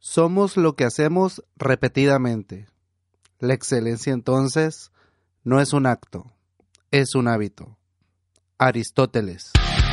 Somos lo que hacemos repetidamente. La excelencia, entonces, no es un acto, es un hábito. Aristóteles.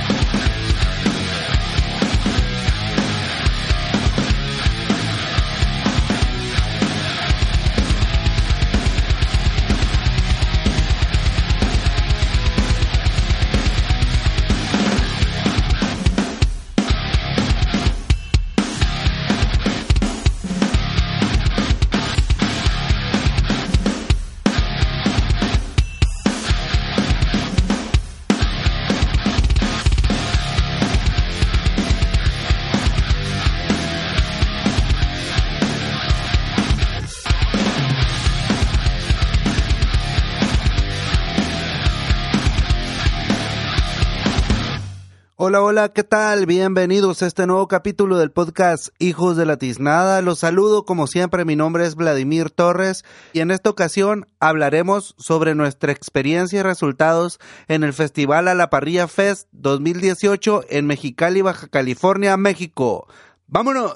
Hola, ¿qué tal? Bienvenidos a este nuevo capítulo del podcast Hijos de la Tiznada. Los saludo como siempre, mi nombre es Vladimir Torres y en esta ocasión hablaremos sobre nuestra experiencia y resultados en el Festival A la Parrilla Fest 2018 en Mexicali, Baja California, México. ¡Vámonos!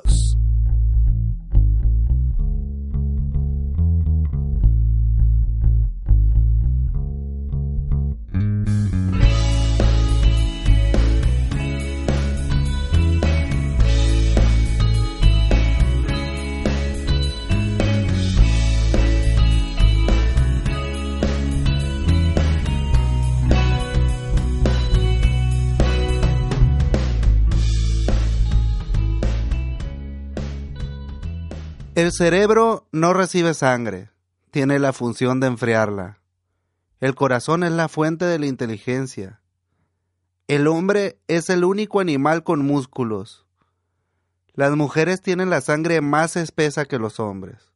El cerebro no recibe sangre, tiene la función de enfriarla. El corazón es la fuente de la inteligencia. El hombre es el único animal con músculos. Las mujeres tienen la sangre más espesa que los hombres.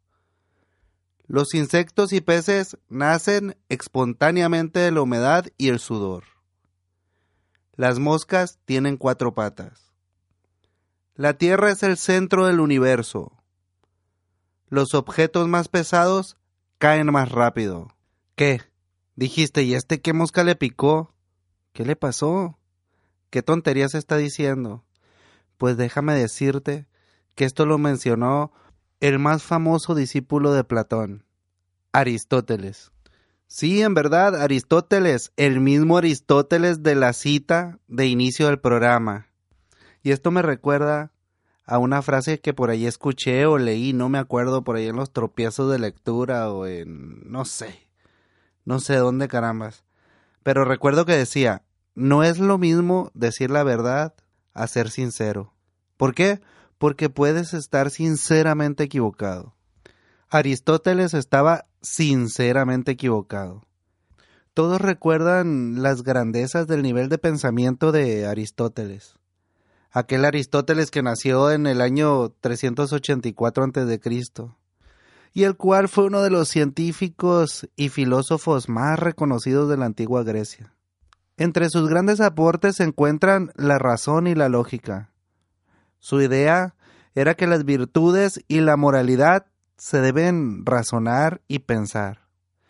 Los insectos y peces nacen espontáneamente de la humedad y el sudor. Las moscas tienen 4 patas. La Tierra es el centro del universo. Los objetos más pesados caen más rápido. ¿Qué? Dijiste, ¿y qué mosca le picó? ¿Qué le pasó? ¿Qué tonterías está diciendo? Pues déjame decirte que esto lo mencionó el más famoso discípulo de Platón, Aristóteles. Sí, en verdad, Aristóteles, el mismo Aristóteles de la cita de inicio del programa. Y esto me recuerda a una frase que por ahí escuché o leí, no me acuerdo, por ahí en los tropiezos de lectura o en, no sé dónde carambas. Pero recuerdo que decía, no es lo mismo decir la verdad a ser sincero. ¿Por qué? Porque puedes estar sinceramente equivocado. Aristóteles estaba sinceramente equivocado. Todos recuerdan las grandezas del nivel de pensamiento de Aristóteles. Aquel Aristóteles que nació en el año 384 a.C., y el cual fue uno de los científicos y filósofos más reconocidos de la antigua Grecia. Entre sus grandes aportes se encuentran la razón y la lógica. Su idea era que las virtudes y la moralidad se deben razonar y pensar.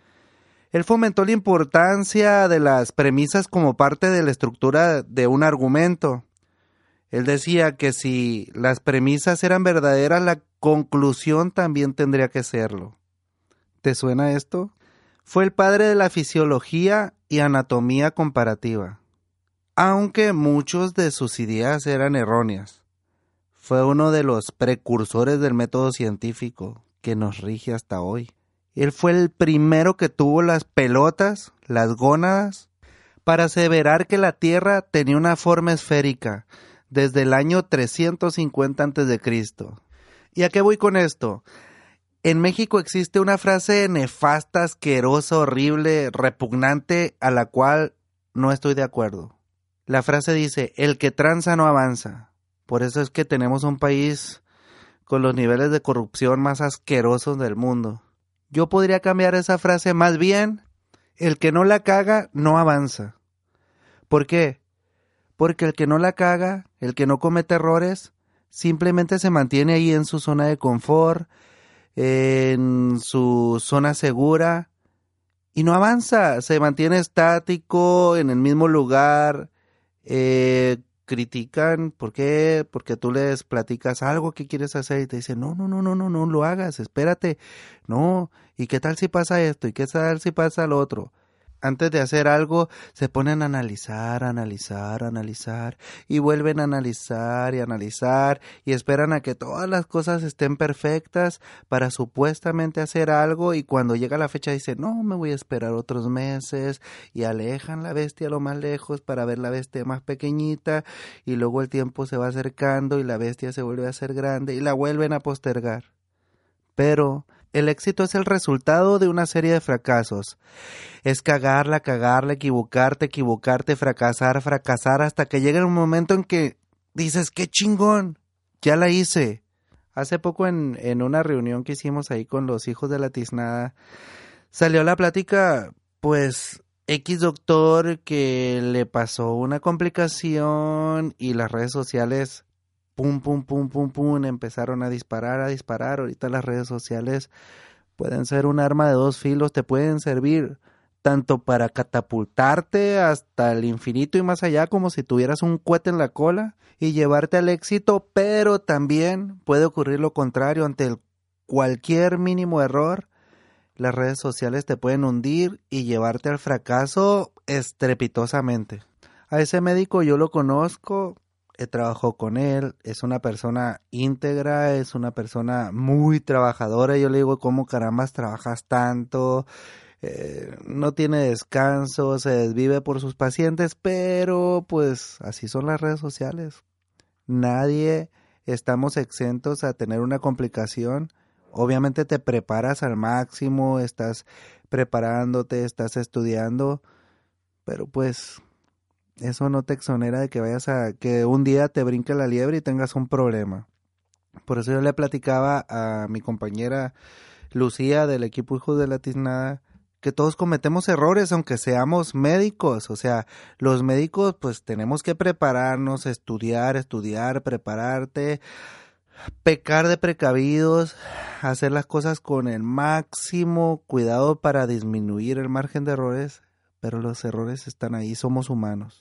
Él fomentó la importancia de las premisas como parte de la estructura de un argumento. Él decía que si las premisas eran verdaderas, la conclusión también tendría que serlo. ¿Te suena esto? Fue el padre de la fisiología y anatomía comparativa. Aunque muchos de sus ideas eran erróneas, fue uno de los precursores del método científico que nos rige hasta hoy. Él fue el primero que tuvo las pelotas, las gónadas, para aseverar que la Tierra tenía una forma esférica, desde el año 350 a.C. ¿Y a qué voy con esto? En México existe una frase nefasta, asquerosa, horrible, repugnante, a la cual no estoy de acuerdo. La frase dice, el que tranza no avanza. Por eso es que tenemos un país con los niveles de corrupción más asquerosos del mundo. Yo podría cambiar esa frase más bien, el que no la caga no avanza. ¿Por qué? Porque el que no la caga, el que no comete errores, simplemente se mantiene ahí en su zona de confort, en su zona segura, y no avanza, se mantiene estático en el mismo lugar, critican. ¿Por qué? Porque tú les platicas algo que quieres hacer y te dicen, no lo hagas, espérate, no, ¿y qué tal si pasa esto? ¿Y qué tal si pasa lo otro? Antes de hacer algo, se ponen a analizar, y vuelven a analizar, y esperan a que todas las cosas estén perfectas para supuestamente hacer algo, y cuando llega la fecha dicen, no, me voy a esperar otros meses, y alejan la bestia a lo más lejos para ver la bestia más pequeñita, y luego el tiempo se va acercando, y la bestia se vuelve a hacer grande, y la vuelven a postergar. Pero el éxito es el resultado de una serie de fracasos. Es cagarla, equivocarte, fracasar hasta que llegue un momento en que dices, qué chingón, ya la hice. Hace poco en una reunión que hicimos ahí con los hijos de la tiznada, salió la plática, pues, X doctor que le pasó una complicación y las redes sociales, pum, empezaron a disparar. Ahorita las redes sociales pueden ser un arma de dos filos, te pueden servir tanto para catapultarte hasta el infinito y más allá, como si tuvieras un cohete en la cola y llevarte al éxito, pero también puede ocurrir lo contrario. Ante cualquier mínimo error, las redes sociales te pueden hundir y llevarte al fracaso estrepitosamente. A ese médico yo lo conozco, he trabajado con él, es una persona íntegra, es una persona muy trabajadora. Yo le digo, ¿cómo carambas trabajas tanto? No tiene descanso, se desvive por sus pacientes, pero pues así son las redes sociales. Nadie estamos exentos a tener una complicación. Obviamente te preparas al máximo, estás preparándote, estás estudiando, pero pues eso no te exonera de que vayas a que un día te brinque la liebre y tengas un problema. Por eso yo le platicaba a mi compañera Lucía del equipo Hijos de la Tiznada que todos cometemos errores aunque seamos médicos. O sea, los médicos pues tenemos que prepararnos, estudiar, prepararte, pecar de precavidos, hacer las cosas con el máximo cuidado para disminuir el margen de errores, pero los errores están ahí, somos humanos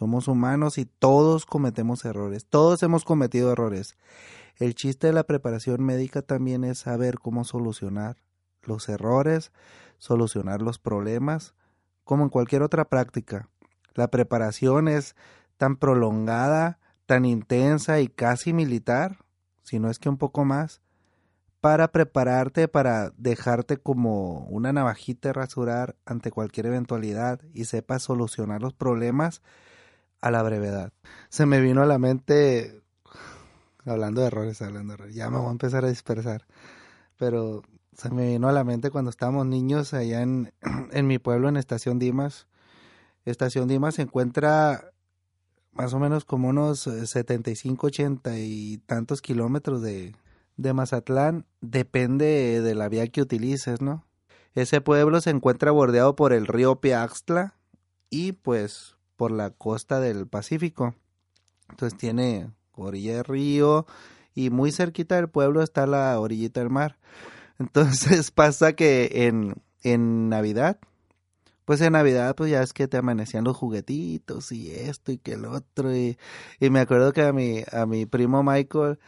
y todos cometemos errores, todos hemos cometido errores. El chiste de la preparación médica también es saber cómo solucionar los errores, solucionar los problemas, como en cualquier otra práctica. La preparación es tan prolongada, tan intensa y casi militar, si no es que un poco más, para prepararte, para dejarte como una navajita de rasurar ante cualquier eventualidad y sepas solucionar los problemas a la brevedad. Se me vino a la mente, hablando de errores, ya me voy a empezar a dispersar, pero se me vino a la mente cuando estábamos niños allá en mi pueblo, en Estación Dimas. Estación Dimas se encuentra más o menos como unos 75, 80 y tantos kilómetros de Mazatlán, depende de la vía que utilices, ¿no? Ese pueblo se encuentra bordeado por el río Piaxtla y pues por la costa del Pacífico. Entonces tiene orilla de río y muy cerquita del pueblo está la orillita del mar. Entonces pasa que en Navidad, pues ya es que te amanecían los juguetitos y esto y que el otro y me acuerdo que a mi primo Michael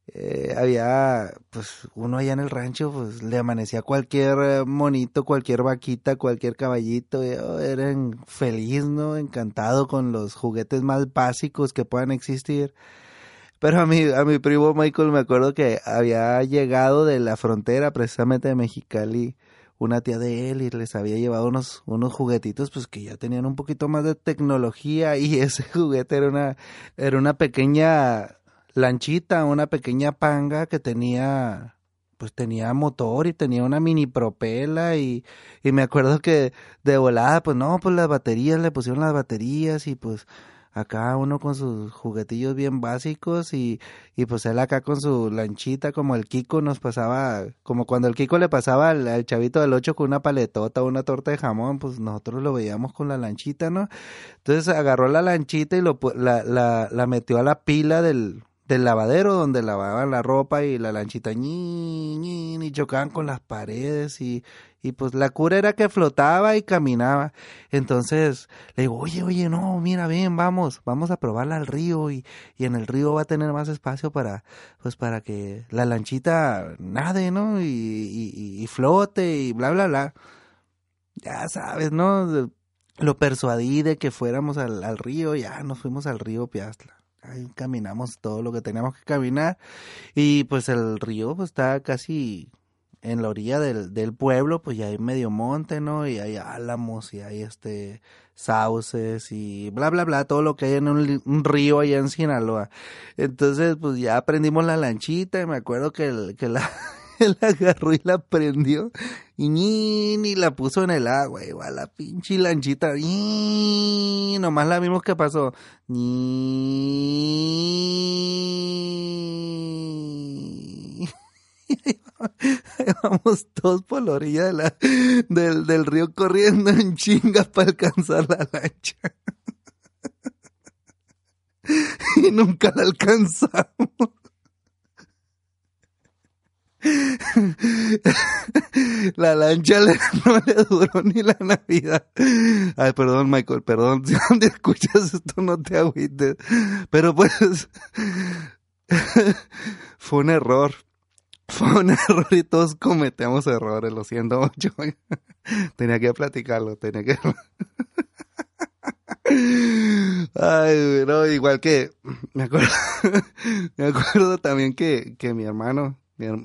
había pues uno allá en el rancho, pues le amanecía cualquier monito, cualquier vaquita, cualquier caballito, era feliz, ¿no? Encantado con los juguetes más básicos que puedan existir. Pero a mi primo Michael me acuerdo que había llegado de la frontera, precisamente de Mexicali, una tía de él y les había llevado unos juguetitos pues que ya tenían un poquito más de tecnología y ese juguete era una pequeña lanchita, una pequeña panga que tenía motor y tenía una mini propela y me acuerdo que de volada pues no, pues le pusieron las baterías y pues acá uno con sus juguetillos bien básicos y pues él acá con su lanchita como el Kiko nos pasaba, como cuando el Kiko le pasaba al chavito del 8 con una paletota o una torta de jamón, pues nosotros lo veíamos con la lanchita, ¿no? Entonces agarró la lanchita y la metió a la pila del del lavadero donde lavaban la ropa y la lanchita y chocaban con las paredes y pues la cura era que flotaba y caminaba. Entonces le digo, oye, no, mira, ven, vamos a probarla al río y en el río va a tener más espacio pues para que la lanchita nade, ¿no? Y flote y bla, bla, bla. Ya sabes, ¿no? Lo persuadí de que fuéramos al río, ya nos fuimos al río Piastla. Ahí caminamos todo lo que teníamos que caminar y pues el río pues está casi en la orilla del pueblo, pues ya hay medio monte, ¿no? Y hay álamos y hay sauces y bla, bla, bla, todo lo que hay en un río allá en Sinaloa. Entonces pues ya aprendimos la lanchita y me acuerdo que la él agarró y la prendió y la puso en el agua, igual la pinche lanchita, y nomás la vimos que pasó, y vamos todos por la orilla del río corriendo en chingas para alcanzar la lancha. Y nunca la alcanzamos. La lancha no le duró ni la Navidad. Ay, perdón, Michael, perdón. Si donde escuchas esto no te agüites. Pero pues fue un error. Fue un error y todos cometemos errores, lo siento mucho. Tenía que platicarlo, Ay, no, igual que me acuerdo, me acuerdo también que mi hermano,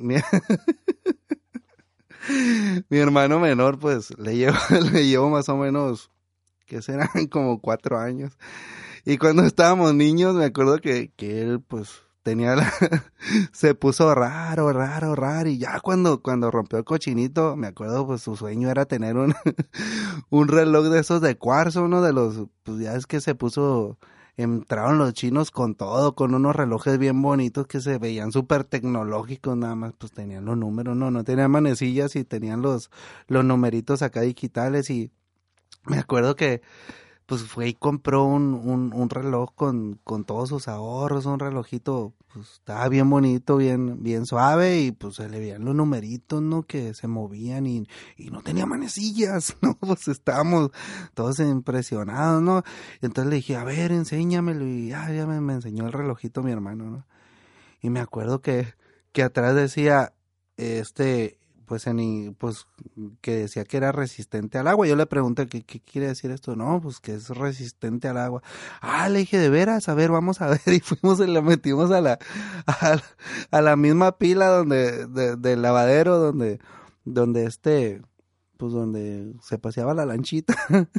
mi hermano menor, pues le llevo más o menos, que serán como 4 años. Y cuando estábamos niños, me acuerdo que él, pues, se puso raro, y ya cuando rompió el cochinito, me acuerdo, pues, su sueño era tener un reloj de esos de cuarzo, uno de los, pues, ya es que entraron los chinos con todo, con unos relojes bien bonitos que se veían súper tecnológicos, nada más, pues, tenían los números, no tenían manecillas y tenían los numeritos acá digitales y me acuerdo que pues fue y compró un reloj con todos sus ahorros, un relojito, pues estaba bien bonito, bien suave y pues se le veían los numeritos, ¿no? Que se movían y no tenía manecillas, ¿no? Pues estábamos todos impresionados, ¿no? Entonces le dije, a ver, enséñamelo y ya me enseñó el relojito mi hermano, ¿no? Y me acuerdo que atrás decía, pues pues que decía que era resistente al agua. Yo le pregunté qué quiere decir esto. No, pues que es resistente al agua. Ah, le dije, de veras, a ver, vamos a ver. Y fuimos y la metimos a la misma pila del lavadero donde pues donde se paseaba la lanchita.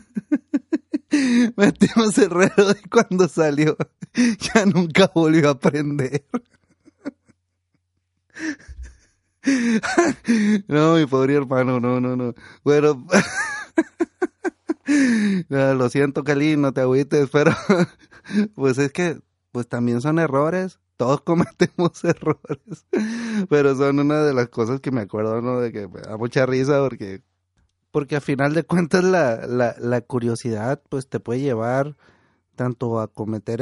Metimos el reloj y cuando salió ya nunca volvió a prender. No, mi pobre hermano, no. Bueno, no, lo siento, Cali, no te agüites, pero pues es que pues también son errores, todos cometemos errores, pero son una de las cosas que me acuerdo, ¿no? De que me da mucha risa porque a final de cuentas la curiosidad pues te puede llevar tanto a cometer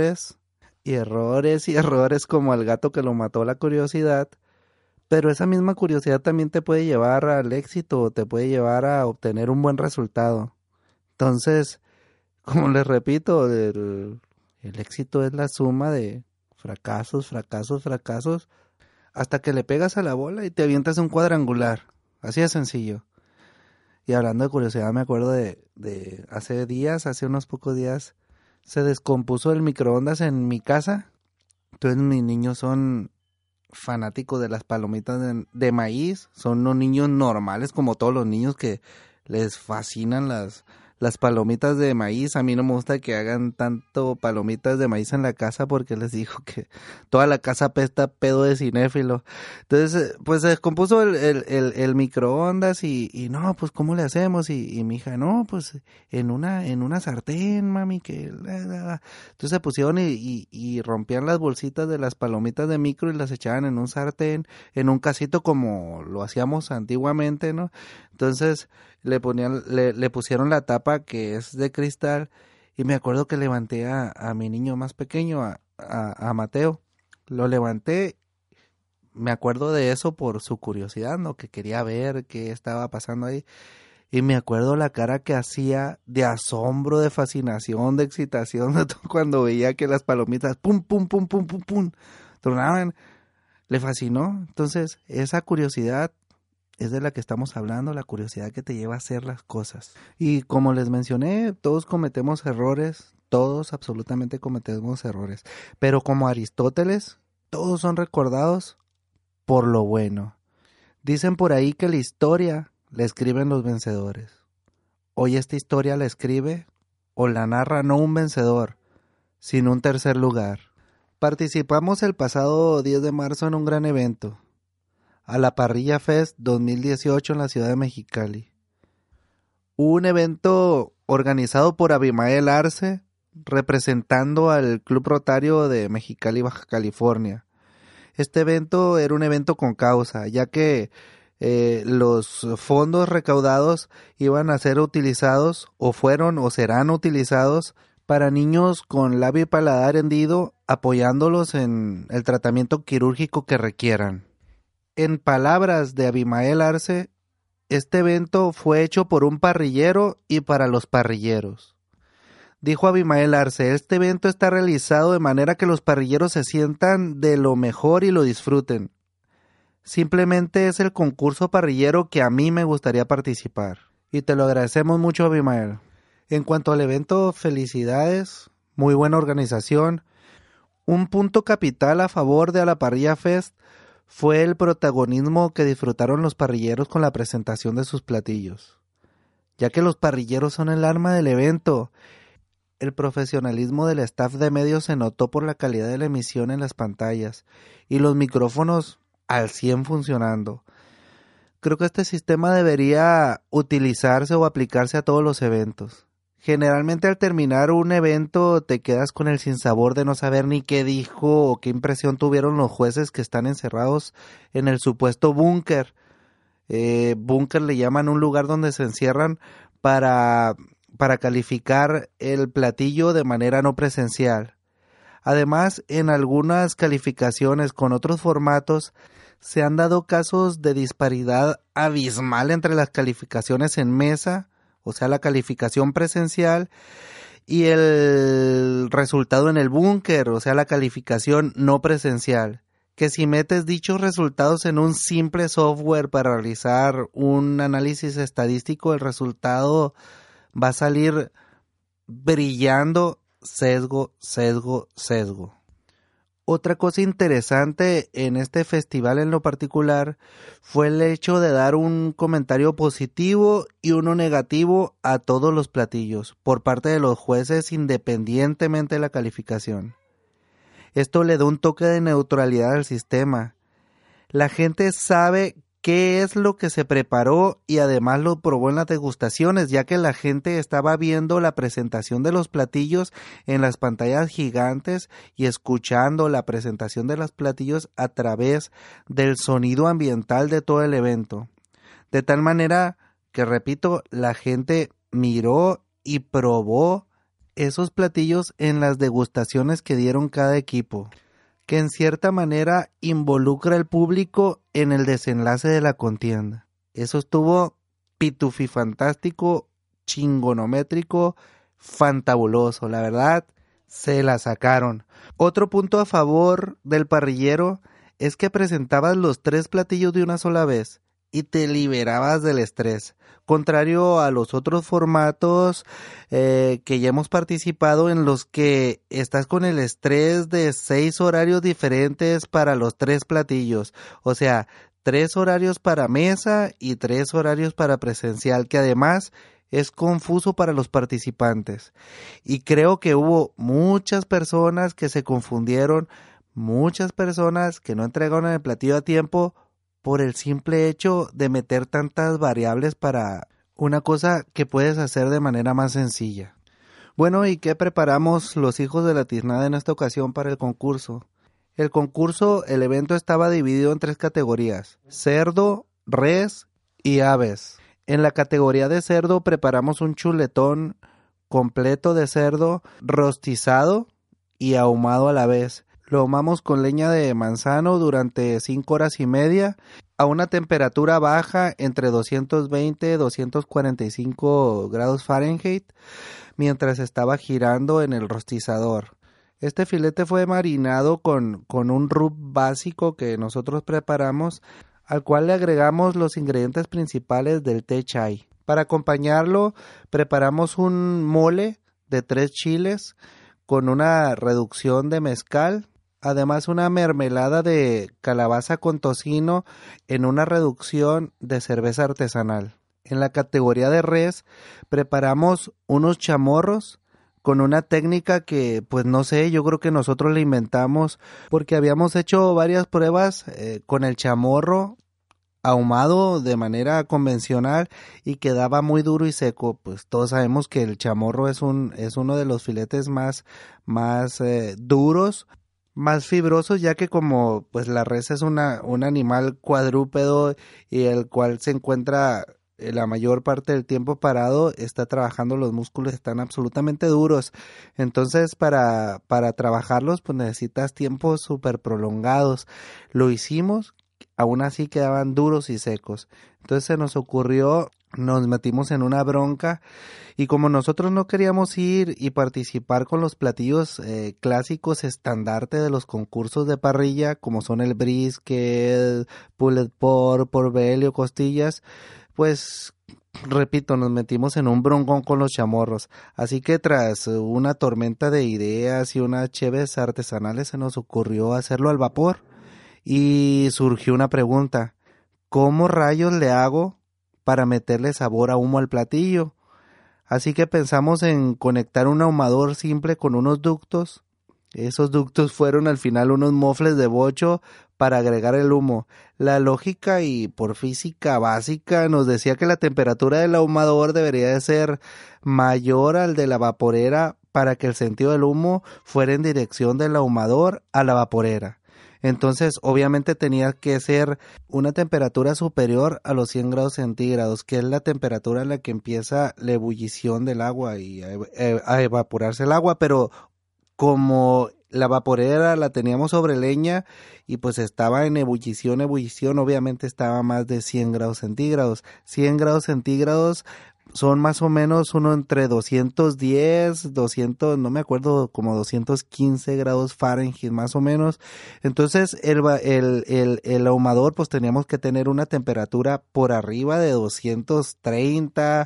errores como al gato que lo mató la curiosidad. Pero esa misma curiosidad también te puede llevar al éxito, te puede llevar a obtener un buen resultado. Entonces, como les repito, el éxito es la suma de fracasos, hasta que le pegas a la bola y te avientas un cuadrangular. Así de sencillo. Y hablando de curiosidad, me acuerdo de hace unos pocos días, se descompuso el microondas en mi casa. Entonces mis niños son fanáticos de las palomitas de maíz, son unos niños normales como todos los niños que les fascinan las palomitas de maíz. A mí no me gusta que hagan tanto palomitas de maíz en la casa porque les digo que toda la casa apesta pedo de cinéfilo. Entonces, pues se descompuso el microondas y no, pues ¿cómo le hacemos? Y mi hija, no, pues en una sartén, mami, que... Entonces se pusieron y rompían las bolsitas de las palomitas de micro y las echaban en un sartén, en un casito como lo hacíamos antiguamente, ¿no? Entonces le pusieron la tapa que es de cristal y me acuerdo que levanté a mi niño más pequeño, a Mateo, Lo levanté, me acuerdo de eso por su curiosidad, ¿no? Que quería ver qué estaba pasando ahí. Y me acuerdo la cara que hacía de asombro, de fascinación, de excitación cuando veía que las palomitas pum, pum, pum, pum, pum, pum, tronaban. Le fascinó. Entonces, esa curiosidad es de la que estamos hablando, la curiosidad que te lleva a hacer las cosas. Y como les mencioné, todos cometemos errores, todos absolutamente cometemos errores. Pero como Aristóteles, todos son recordados por lo bueno. Dicen por ahí que la historia la escriben los vencedores. Hoy esta historia la escribe o la narra no un vencedor, sino un tercer lugar. Participamos el pasado 10 de marzo en un gran evento, a la Parrilla Fest 2018 en la ciudad de Mexicali. Un evento organizado por Abimael Arce, representando al Club Rotario de Mexicali, Baja California. Este evento era un evento con causa, ya que los fondos recaudados iban a ser utilizados, o fueron o serán utilizados, para niños con labio y paladar hendido, apoyándolos en el tratamiento quirúrgico que requieran. En palabras de Abimael Arce, este evento fue hecho por un parrillero y para los parrilleros. Dijo Abimael Arce, este evento está realizado de manera que los parrilleros se sientan de lo mejor y lo disfruten. Simplemente es el concurso parrillero que a mí me gustaría participar. Y te lo agradecemos mucho, Abimael. En cuanto al evento, felicidades, muy buena organización. Un punto capital a favor de A la Parrilla Fest fue el protagonismo que disfrutaron los parrilleros con la presentación de sus platillos. Ya que los parrilleros son el alma del evento. El profesionalismo del staff de medios se notó por la calidad de la emisión en las pantallas y los micrófonos al 100 funcionando. Creo que este sistema debería utilizarse o aplicarse a todos los eventos. Generalmente al terminar un evento te quedas con el sinsabor de no saber ni qué dijo o qué impresión tuvieron los jueces que están encerrados en el supuesto búnker. Búnker le llaman un lugar donde se encierran para calificar el platillo de manera no presencial. Además, en algunas calificaciones con otros formatos se han dado casos de disparidad abismal entre las calificaciones en mesa, o sea, la calificación presencial, y el resultado en el búnker, o sea, la calificación no presencial. Que si metes dichos resultados en un simple software para realizar un análisis estadístico, el resultado va a salir brillando sesgo. Otra cosa interesante en este festival en lo particular fue el hecho de dar un comentario positivo y uno negativo a todos los platillos por parte de los jueces independientemente de la calificación. Esto le da un toque de neutralidad al sistema. La gente sabe qué es lo que se preparó y además lo probó en las degustaciones, ya que la gente estaba viendo la presentación de los platillos en las pantallas gigantes y escuchando la presentación de los platillos a través del sonido ambiental de todo el evento. De tal manera que, repito, la gente miró y probó esos platillos en las degustaciones que dieron cada equipo, que en cierta manera involucra al público en el desenlace de la contienda. Eso estuvo pitufifantástico, chingonométrico, fantabuloso. La verdad, se la sacaron. Otro punto a favor del parrillero es que presentabas los 3 platillos de una sola vez y te liberabas del estrés. Contrario a los otros formatos que ya hemos participado, en los que estás con el estrés de 6 horarios diferentes para los 3 platillos. O sea, 3 horarios para mesa y 3 horarios para presencial, que además es confuso para los participantes. Y creo que hubo muchas personas que se confundieron, muchas personas que no entregaron el platillo a tiempo, por el simple hecho de meter tantas variables para una cosa que puedes hacer de manera más sencilla. Bueno, ¿y qué preparamos los hijos de la tiznada en esta ocasión para el concurso? El evento estaba dividido en 3 categorías: cerdo, res y aves. En la categoría de cerdo preparamos un chuletón completo de cerdo rostizado y ahumado a la vez. Lo ahumamos con leña de manzano durante 5 horas y media a una temperatura baja entre 220 y 245 grados Fahrenheit mientras estaba girando en el rostizador. Este filete fue marinado con un rub básico que nosotros preparamos, al cual le agregamos los ingredientes principales del té chai. Para acompañarlo, preparamos un mole de 3 chiles con una reducción de mezcal, además una mermelada de calabaza con tocino en una reducción de cerveza artesanal. En la categoría de res, preparamos unos chamorros con una técnica que, pues no sé, yo creo que nosotros la inventamos porque habíamos hecho varias pruebas con el chamorro ahumado de manera convencional y quedaba muy duro y seco. Pues todos sabemos que el chamorro es uno de los filetes más duros, más fibrosos, ya que como pues la res es un animal cuadrúpedo y el cual se encuentra la mayor parte del tiempo parado, está trabajando, los músculos están absolutamente duros. Entonces para trabajarlos pues necesitas tiempos súper prolongados. Lo hicimos, aún así quedaban duros y secos. Entonces se nos ocurrió, nos metimos en una bronca y como nosotros no queríamos ir y participar con los platillos clásicos estandarte de los concursos de parrilla, como son el brisket, pulled pork, pork costillas, pues repito, nos metimos en un broncón con los chamorros. Así que tras una tormenta de ideas y unas cheves artesanales se nos ocurrió hacerlo al vapor. Y surgió una pregunta: ¿cómo rayos le hago para meterle sabor a humo al platillo? Así que pensamos en conectar un ahumador simple con unos ductos. Esos ductos fueron al final unos mofles de bocho para agregar el humo. La lógica y por física básica nos decía que la temperatura del ahumador debería de ser mayor al de la vaporera para que el sentido del humo fuera en dirección del ahumador a la vaporera. Entonces, obviamente tenía que ser una temperatura superior a los 100 grados centígrados, que es la temperatura en la que empieza la ebullición del agua y a evaporarse el agua, pero como la vaporera la teníamos sobre leña y pues estaba en ebullición, obviamente estaba más de 100 grados centígrados. 100 grados centígrados son más o menos uno entre 210, 200, no me acuerdo, como 215 grados Fahrenheit más o menos. Entonces el ahumador pues teníamos que tener una temperatura por arriba de 230,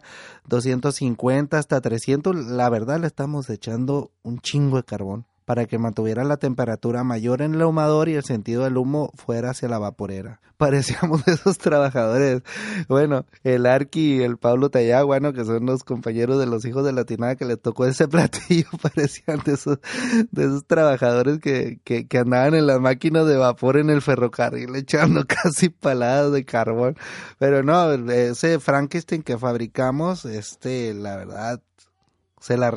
250 hasta 300. La verdad le estamos echando un chingo de carbón para que mantuviera la temperatura mayor en el ahumador y el sentido del humo fuera hacia la vaporera. Parecíamos esos trabajadores, bueno, el Arqui y el Pablo Tayagua, ¿no? Que son los compañeros de los hijos de la Tinada que le tocó ese platillo, parecían de esos trabajadores que andaban en las máquinas de vapor en el ferrocarril echando casi paladas de carbón. Pero no, ese Frankenstein que fabricamos, la verdad, se la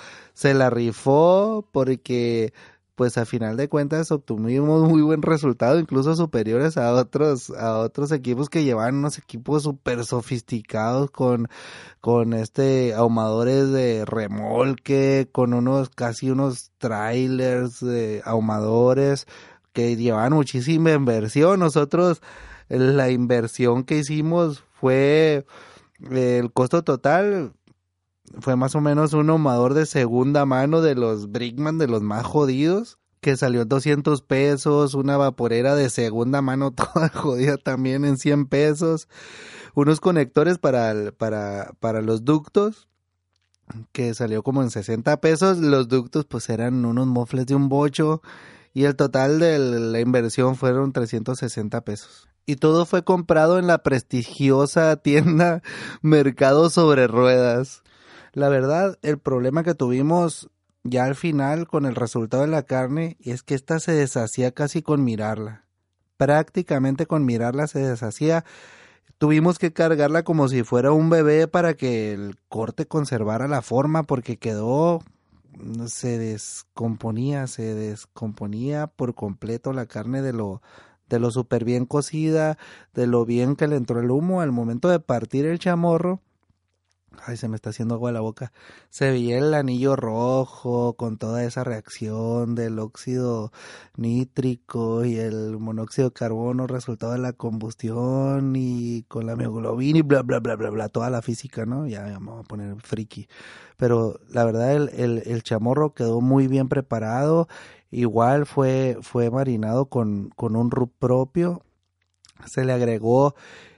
rifó porque pues a final de cuentas obtuvimos muy buen resultado, incluso superiores a otros equipos que llevaban unos equipos súper sofisticados con ahumadores de remolque, con unos trailers de ahumadores que llevaban muchísima inversión. Nosotros la inversión que hicimos fue el costo total fue más o menos un ahumador de segunda mano de los Brickman, de los más jodidos, que salió en 200 pesos, una vaporera de segunda mano toda jodida también en 100 pesos, unos conectores para los ductos, que salió como en 60 pesos, los ductos pues eran unos mofles de un bocho, y el total de la inversión fueron 360 pesos. Y todo fue comprado en la prestigiosa tienda Mercado Sobre Ruedas. La verdad, el problema que tuvimos ya al final con el resultado de la carne es que esta se deshacía casi con mirarla. Prácticamente con mirarla se deshacía. Tuvimos que cargarla como si fuera un bebé para que el corte conservara la forma porque se descomponía por completo la carne de lo súper bien cocida, de lo bien que le entró el humo al momento de partir el chamorro. Ay, se me está haciendo agua la boca. Se veía el anillo rojo con toda esa reacción del óxido nítrico y el monóxido de carbono resultado de la combustión y con la mioglobina y bla, bla, bla, bla, bla, toda la física, ¿no? Ya me voy a poner friki. Pero la verdad el chamorro quedó muy bien preparado. Igual fue marinado con un rub propio. Se le agregó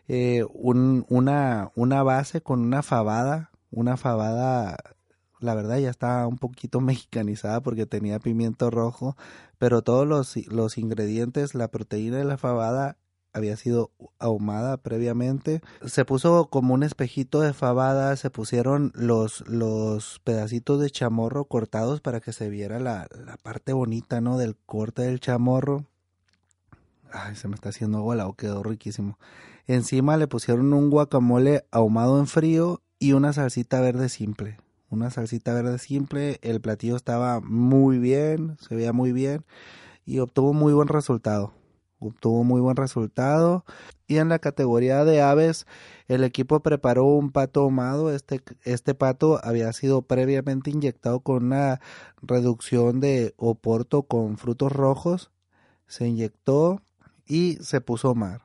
una base con una fabada, la verdad ya estaba un poquito mexicanizada porque tenía pimiento rojo, pero todos los ingredientes, la proteína de la fabada había sido ahumada previamente. Se puso como un espejito de fabada, se pusieron los pedacitos de chamorro cortados para que se viera la parte bonita, ¿no? Del corte del chamorro. Ay, se me está haciendo agua la boca, quedó riquísimo. Encima le pusieron un guacamole ahumado en frío y una salsita verde simple. Una salsita verde simple, el platillo estaba muy bien, se veía muy bien y obtuvo muy buen resultado. Obtuvo muy buen resultado. Y en la categoría de aves, el equipo preparó un pato ahumado. Este pato había sido previamente inyectado con una reducción de oporto con frutos rojos. Se inyectó y se puso a ahumar.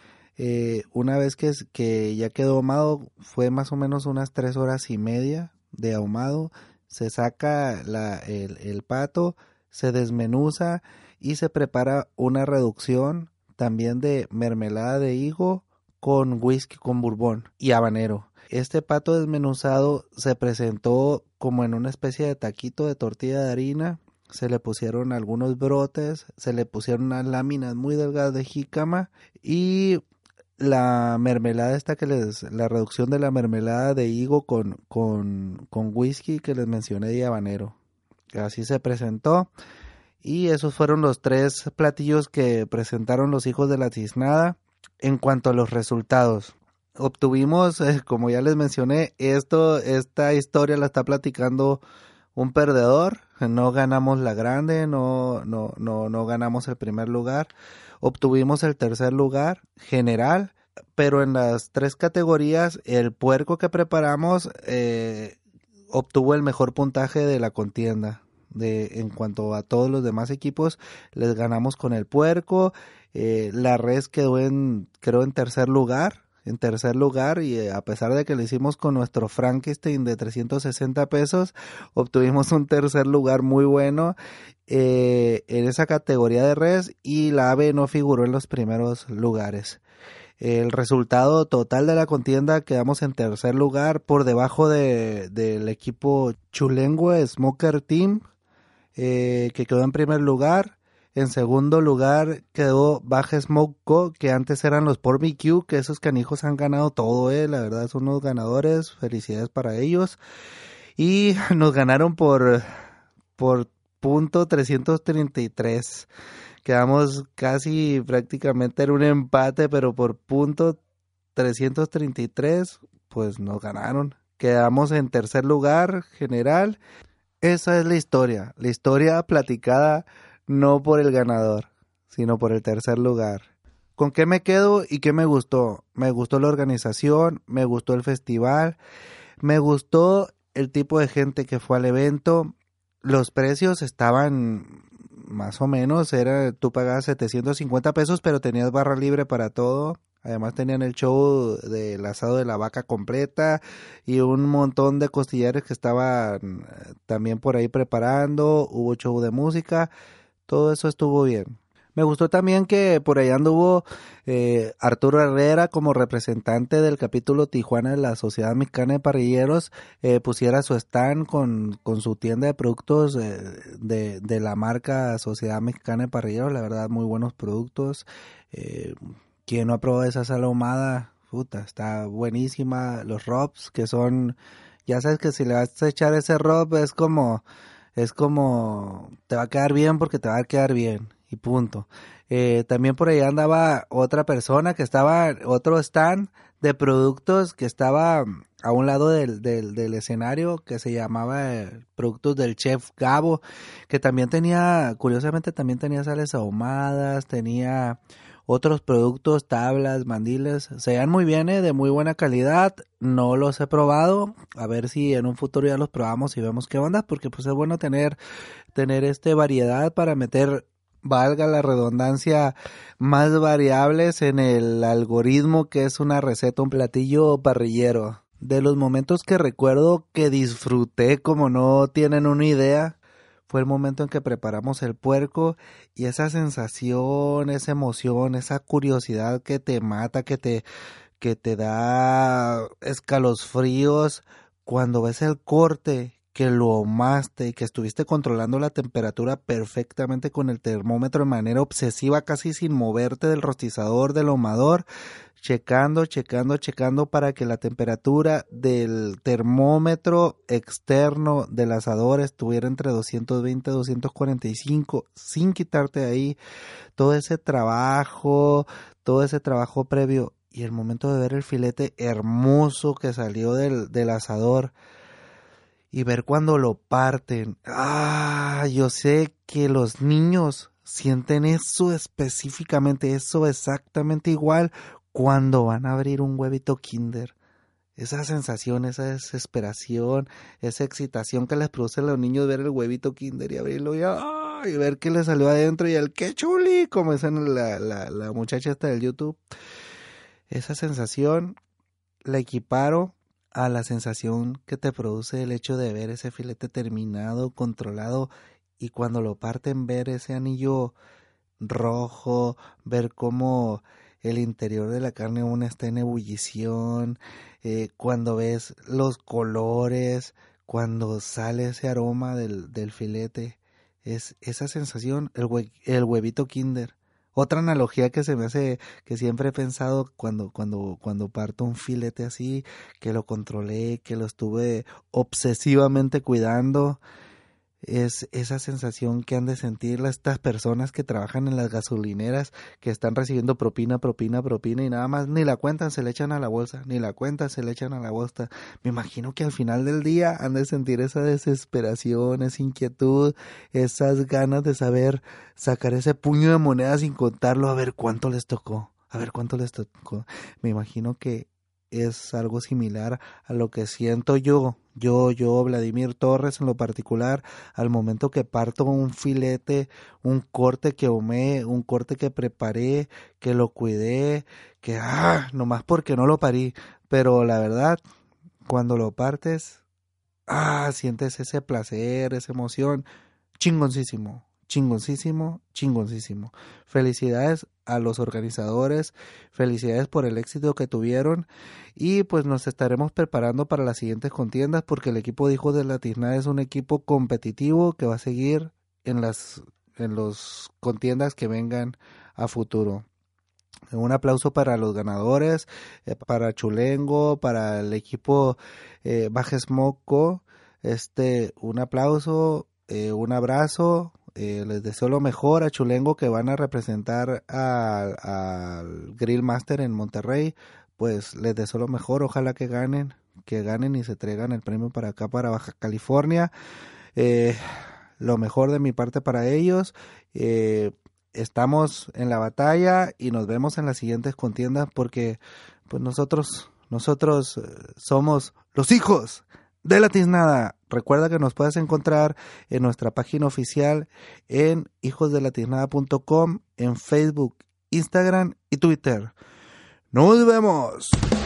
Una vez que ya quedó ahumado, fue más o menos unas 3 horas y media de ahumado. Se saca el pato, se desmenuza y se prepara una reducción también de mermelada de higo con whisky con bourbon y habanero. Este pato desmenuzado se presentó como en una especie de taquito de tortilla de harina. Se le pusieron algunos brotes, se le pusieron unas láminas muy delgadas de jícama y la mermelada la reducción de la mermelada de higo con whisky que les mencioné de habanero. Así se presentó y esos fueron los 3 platillos que presentaron los hijos de la tiznada. En cuanto a los resultados, obtuvimos, como ya les mencioné, esta historia la está platicando un perdedor. No ganamos la grande, no ganamos el primer lugar. Obtuvimos el tercer lugar general, pero en las 3 categorías el puerco que preparamos obtuvo el mejor puntaje de la contienda. En cuanto a todos los demás equipos, les ganamos con el puerco. La res quedó creo en tercer lugar. Y a pesar de que lo hicimos con nuestro Frankenstein de 360 pesos, obtuvimos un tercer lugar muy bueno en esa categoría de res y la ave no figuró en los primeros lugares. El resultado total de la contienda quedamos en tercer lugar por debajo del equipo Chulengua Smoker Team que quedó en primer lugar. En segundo lugar quedó Baja Smoke Co, que antes eran los Barbecue, que esos canijos han ganado todo, la verdad son unos ganadores, felicidades para ellos. Y nos ganaron por punto 333. Quedamos casi prácticamente en un empate, pero por punto 333, pues nos ganaron. Quedamos en tercer lugar general. Esa es la historia platicada no por el ganador, sino por el tercer lugar. ¿Con qué me quedo y qué me gustó? Me gustó la organización, me gustó el festival, me gustó el tipo de gente que fue al evento. Los precios estaban más o menos, tú pagabas 750 pesos, pero tenías barra libre para todo. Además tenían el show del asado de la vaca completa y un montón de costillares que estaban también por ahí preparando. Hubo show de música. Todo eso estuvo bien. Me gustó también que por allá anduvo Arturo Herrera como representante del capítulo Tijuana de la Sociedad Mexicana de Parrilleros, pusiera su stand con su tienda de productos de la marca Sociedad Mexicana de Parrilleros. La verdad, muy buenos productos. Quien no ha probado esa sal ahumada, puta, está buenísima. Los rubs que son, ya sabes que si le vas a echar ese rub es como te va a quedar bien porque te va a quedar bien y punto. También por ahí andaba otra persona que estaba, otro stand de productos que estaba a un lado del escenario que se llamaba Productos del Chef Gabo, que también tenía, curiosamente también tenía sales ahumadas, tenía otros productos, tablas, mandiles, se dan muy bien, de muy buena calidad. No los he probado, a ver si en un futuro ya los probamos y vemos qué onda, porque pues es bueno tener variedad para meter, valga la redundancia, más variables en el algoritmo que es una receta, un platillo parrillero. De los momentos que recuerdo que disfruté como no tienen una idea, fue el momento en que preparamos el puerco y esa sensación, esa emoción, esa curiosidad que te mata, que te da escalofríos cuando ves el corte, que lo ahumaste y que estuviste controlando la temperatura perfectamente con el termómetro de manera obsesiva, casi sin moverte del rostizador, del ahumador, checando para que la temperatura del termómetro externo del asador estuviera entre 220 y 245, sin quitarte ahí todo ese trabajo previo. Y el momento de ver el filete hermoso que salió del asador y ver cuando lo parten. Yo sé que los niños sienten eso específicamente, eso exactamente igual cuando van a abrir un huevito Kinder. Esa sensación, esa desesperación, esa excitación que les produce a los niños ver el huevito Kinder y abrirlo y ver qué le salió adentro y el qué chuli, como dice la muchacha esta del YouTube. Esa sensación la equiparo a la sensación que te produce el hecho de ver ese filete terminado, controlado, y cuando lo parten ver ese anillo rojo, ver cómo el interior de la carne aún está en ebullición, cuando ves los colores, cuando sale ese aroma del filete, es esa sensación, el huevito Kinder. Otra analogía que se me hace, que siempre he pensado cuando parto un filete así, que lo controlé, que lo estuve obsesivamente cuidando, es esa sensación que han de sentir estas personas que trabajan en las gasolineras, que están recibiendo propina y nada más ni la cuentan, se le echan a la bolsa, ni la cuentan, se le echan a la bolsa. Me imagino que al final del día han de sentir esa desesperación, esa inquietud, esas ganas de saber sacar ese puño de monedas sin contarlo, a ver cuánto les tocó, Me imagino que es algo similar a lo que siento yo, Vladimir Torres en lo particular, al momento que parto un filete, un corte que ahumé, un corte que preparé, que lo cuidé, que nomás porque no lo parí, pero la verdad, cuando lo partes, sientes ese placer, esa emoción, chingoncísimo. Felicidades a los organizadores, felicidades por el éxito que tuvieron y pues nos estaremos preparando para las siguientes contiendas porque el equipo de Hijos de la Tiznada es un equipo competitivo que va a seguir en los contiendas que vengan a futuro. Un aplauso para los ganadores, para Chulengo, para el equipo Bajes Moco, un aplauso, un abrazo. Les deseo lo mejor a Chulengo que van a representar al Grill Master en Monterrey. Pues les deseo lo mejor, ojalá que ganen y se traigan el premio para acá, para Baja California. Lo mejor de mi parte para ellos. Estamos en la batalla y nos vemos en las siguientes contiendas porque pues nosotros somos los hijos de la tiznada. Recuerda que nos puedes encontrar en nuestra página oficial en hijosdelatiznada.com, en Facebook, Instagram y Twitter. ¡Nos vemos!